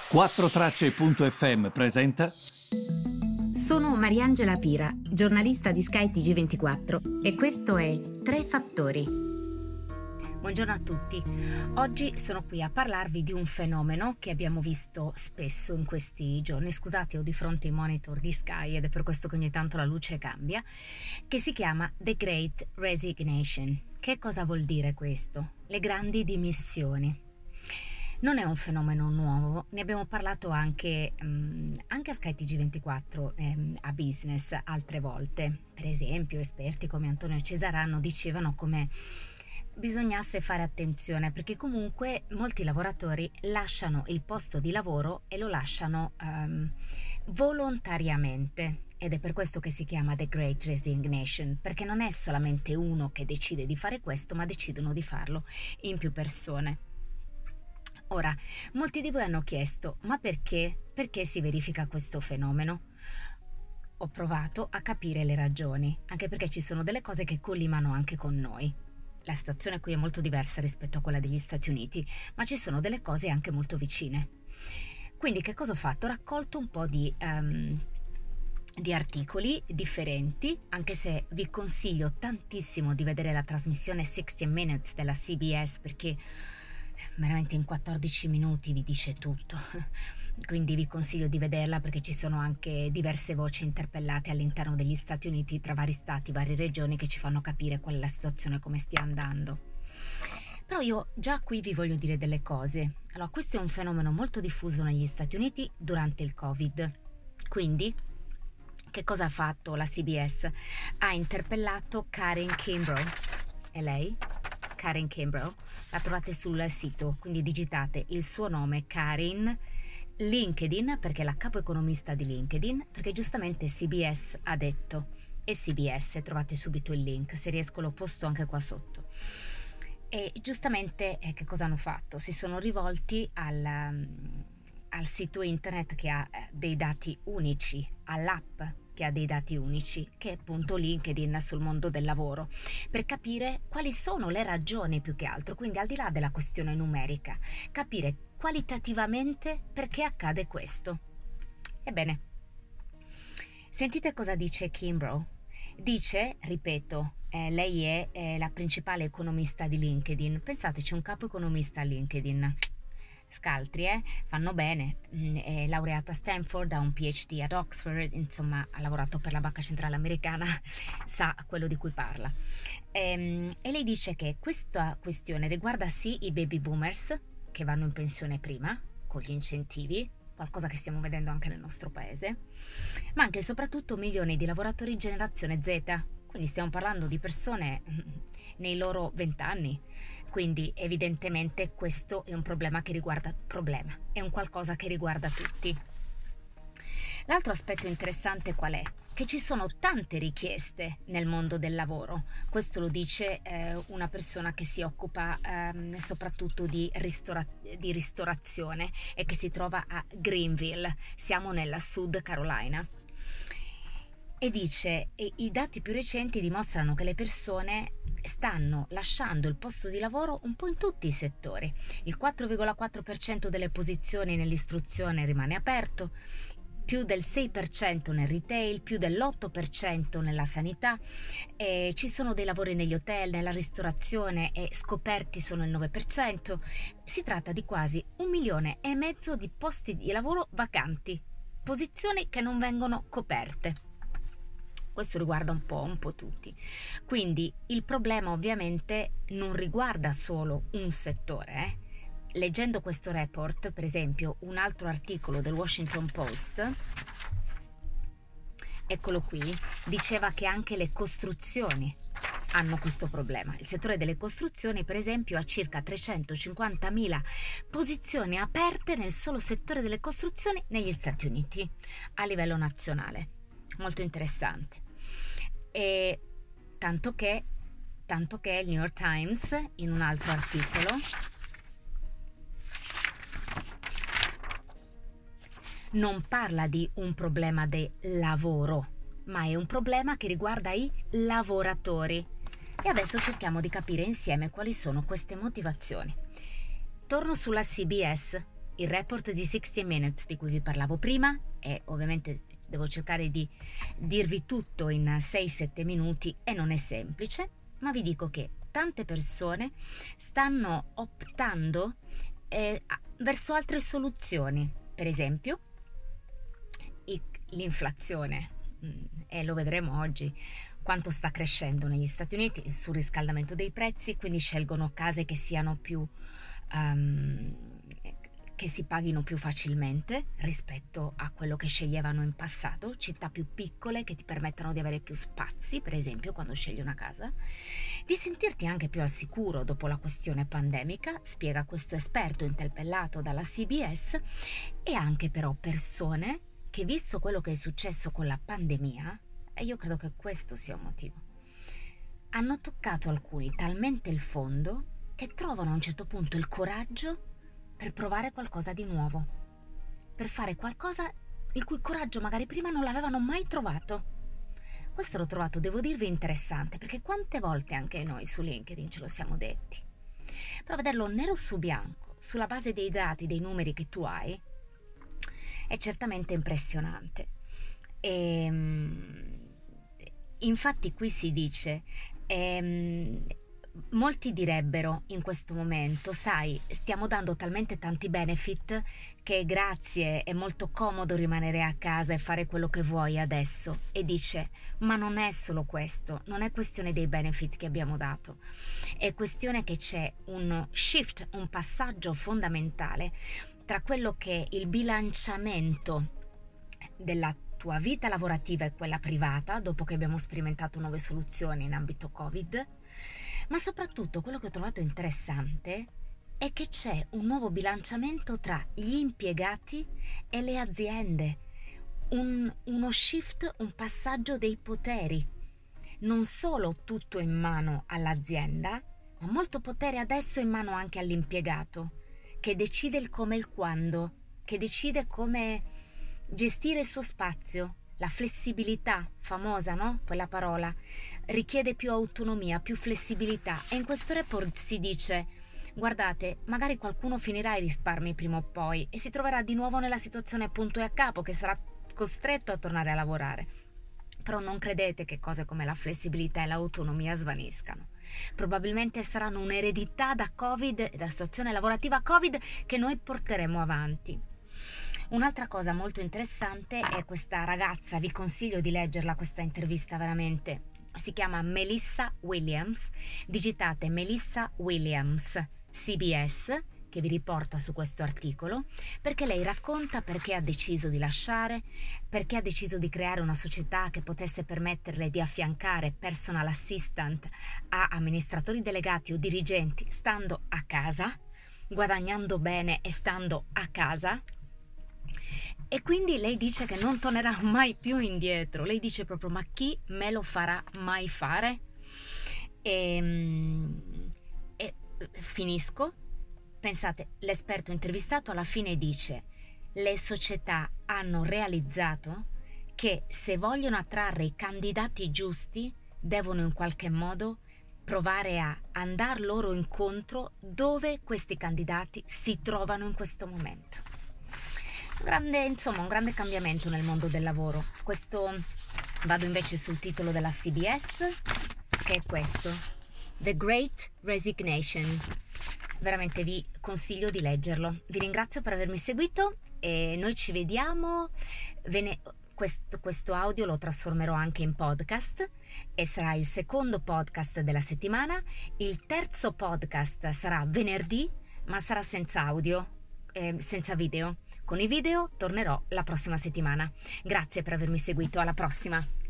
4Tracce.fm presenta. Sono Mariangela Pira, giornalista di Sky TG24 e questo è Tre Fattori. Buongiorno a tutti. Oggi sono qui a parlarvi di un fenomeno che abbiamo visto spesso in questi giorni. Scusate, ho di fronte i monitor di Sky ed è per questo che ogni tanto la luce cambia, che si chiama The Great Resignation. Che cosa vuol dire questo? Le grandi dimissioni. Non è un fenomeno nuovo, ne abbiamo parlato anche a Sky TG24 a Business altre volte. Per esempio, esperti come Antonio Cesarano dicevano come bisognasse fare attenzione perché comunque molti lavoratori lasciano il posto di lavoro e lo lasciano volontariamente. Ed è per questo che si chiama The Great Resignation, perché non è solamente uno che decide di fare questo, ma decidono di farlo in più persone. Ora, molti di voi hanno chiesto, ma perché? Perché si verifica questo fenomeno? Ho provato a capire le ragioni, anche perché ci sono delle cose che collimano anche con noi. La situazione qui è molto diversa rispetto a quella degli Stati Uniti, ma ci sono delle cose anche molto vicine. Quindi che cosa ho fatto? Ho raccolto un po' di articoli differenti, anche se vi consiglio tantissimo di vedere la trasmissione 60 Minutes della CBS perché veramente in 14 minuti vi dice tutto. Quindi vi consiglio di vederla perché ci sono anche diverse voci interpellate all'interno degli Stati Uniti tra vari stati, varie regioni che ci fanno capire qual è la situazione, come stia andando. Però io già qui vi voglio dire delle cose. Allora, questo è un fenomeno molto diffuso negli Stati Uniti durante il Covid. Quindi che cosa ha fatto la CBS? Ha interpellato Karen Kimbrough. È lei? Karen Kimbrough, la trovate sul sito, quindi digitate il suo nome, Karen, LinkedIn, perché è la capo economista di LinkedIn, perché giustamente CBS ha detto, e CBS, trovate subito il link, se riesco lo posto anche qua sotto. E giustamente che cosa hanno fatto? Si sono rivolti al sito internet che ha dei dati unici, all'app che ha dei dati unici, che è appunto LinkedIn sul mondo del lavoro, per capire quali sono le ragioni più che altro, quindi al di là della questione numerica, capire qualitativamente perché accade questo. Ebbene, sentite cosa dice Kimbrough. Dice, ripeto, lei è la principale economista di LinkedIn, pensateci, un capo economista a LinkedIn. Scaltri, fanno bene, è laureata a Stanford, ha un PhD ad Oxford, insomma ha lavorato per la Banca Centrale Americana, sa quello di cui parla. E lei dice che questa questione riguarda sì i baby boomers che vanno in pensione prima, con gli incentivi, qualcosa che stiamo vedendo anche nel nostro paese, ma anche e soprattutto milioni di lavoratori generazione Z, quindi stiamo parlando di persone nei loro 20 anni. Quindi evidentemente questo è un problema che riguarda è un qualcosa che riguarda tutti. L'altro aspetto interessante qual è? Che ci sono tante richieste nel mondo del lavoro. Questo lo dice una persona che si occupa soprattutto di ristorazione e che si trova a Greenville. Siamo nella South Carolina. E dice, i dati più recenti dimostrano che le persone stanno lasciando il posto di lavoro un po' in tutti i settori. Il 4,4% delle posizioni nell'istruzione rimane aperto, più del 6% nel retail, più dell'8% nella sanità, ci sono dei lavori negli hotel, nella ristorazione e scoperti sono il 9%. Si tratta di quasi 1,5 milioni di posti di lavoro vacanti, posizioni che non vengono coperte. Questo riguarda un po' tutti. Quindi il problema ovviamente non riguarda solo un settore. Leggendo questo report, per esempio, un altro articolo del Washington Post, eccolo qui, diceva che anche le costruzioni hanno questo problema. Il settore delle costruzioni, per esempio, ha circa 350.000 posizioni aperte nel solo settore delle costruzioni negli Stati Uniti, a livello nazionale. Molto interessante. E tanto che il New York Times, in un altro articolo, non parla di un problema del lavoro, ma è un problema che riguarda i lavoratori. E adesso cerchiamo di capire insieme quali sono queste motivazioni. Torno sulla CBS. il report di 60 Minutes di cui vi parlavo prima, e ovviamente devo cercare di dirvi tutto in 6-7 minuti e non è semplice, ma vi dico che tante persone stanno optando verso altre soluzioni, per esempio l'inflazione, e lo vedremo oggi quanto sta crescendo negli Stati Uniti, il surriscaldamento dei prezzi, quindi scelgono case che siano più che si paghino più facilmente rispetto a quello che sceglievano in passato, città più piccole che ti permettono di avere più spazi, per esempio quando scegli una casa, di sentirti anche più al sicuro dopo la questione pandemica, spiega questo esperto interpellato dalla CBS, e anche però persone che, visto quello che è successo con la pandemia, e io credo che questo sia un motivo, hanno toccato alcuni talmente il fondo che trovano a un certo punto il coraggio per provare qualcosa di nuovo, per fare qualcosa il cui coraggio magari prima non l'avevano mai trovato. Questo l'ho trovato, devo dirvi, interessante, perché quante volte anche noi su LinkedIn ce lo siamo detti. Però vederlo nero su bianco, sulla base dei dati, dei numeri che tu hai, è certamente impressionante. Infatti qui si dice, molti direbbero in questo momento, sai, stiamo dando talmente tanti benefit che grazie, è molto comodo rimanere a casa e fare quello che vuoi adesso. E dice, ma non è solo questo, non è questione dei benefit che abbiamo dato, è questione che c'è un shift, un passaggio fondamentale tra quello che è il bilanciamento della tua vita lavorativa e quella privata, dopo che abbiamo sperimentato nuove soluzioni in ambito Covid, ma soprattutto quello che ho trovato interessante è che c'è un nuovo bilanciamento tra gli impiegati e le aziende, uno shift, un passaggio dei poteri. Non solo tutto in mano all'azienda, ma molto potere adesso in mano anche all'impiegato, che decide il come e il quando, che decide come gestire il suo spazio. La flessibilità, famosa, no? Quella parola, richiede più autonomia, più flessibilità, e in questo report si dice, guardate, magari qualcuno finirà i risparmi prima o poi e si troverà di nuovo nella situazione punto e a capo, che sarà costretto a tornare a lavorare. Però non credete che cose come la flessibilità e l'autonomia svaniscano. Probabilmente saranno un'eredità da Covid e da situazione lavorativa Covid che noi porteremo avanti. Un'altra cosa molto interessante è questa ragazza, vi consiglio di leggerla questa intervista veramente, si chiama Melissa Williams, digitate Melissa Williams CBS, che vi riporta su questo articolo, perché lei racconta perché ha deciso di lasciare, perché ha deciso di creare una società che potesse permetterle di affiancare personal assistant a amministratori delegati o dirigenti stando a casa, guadagnando bene e stando a casa. E quindi lei dice che non tornerà mai più indietro. Lei dice proprio, ma chi me lo farà mai fare? E finisco. Pensate, l'esperto intervistato alla fine dice, le società hanno realizzato che se vogliono attrarre i candidati giusti devono in qualche modo provare a andar loro incontro dove questi candidati si trovano in questo momento. Un grande cambiamento nel mondo del lavoro. Questo, vado invece sul titolo della CBS, che è questo, The Great Resignation. Veramente vi consiglio di leggerlo. Vi ringrazio per avermi seguito e noi ci vediamo. Questo audio lo trasformerò anche in podcast e sarà il secondo podcast della settimana. Il terzo podcast sarà venerdì, ma sarà senza audio, senza video. Con i video tornerò la prossima settimana. Grazie per avermi seguito, alla prossima!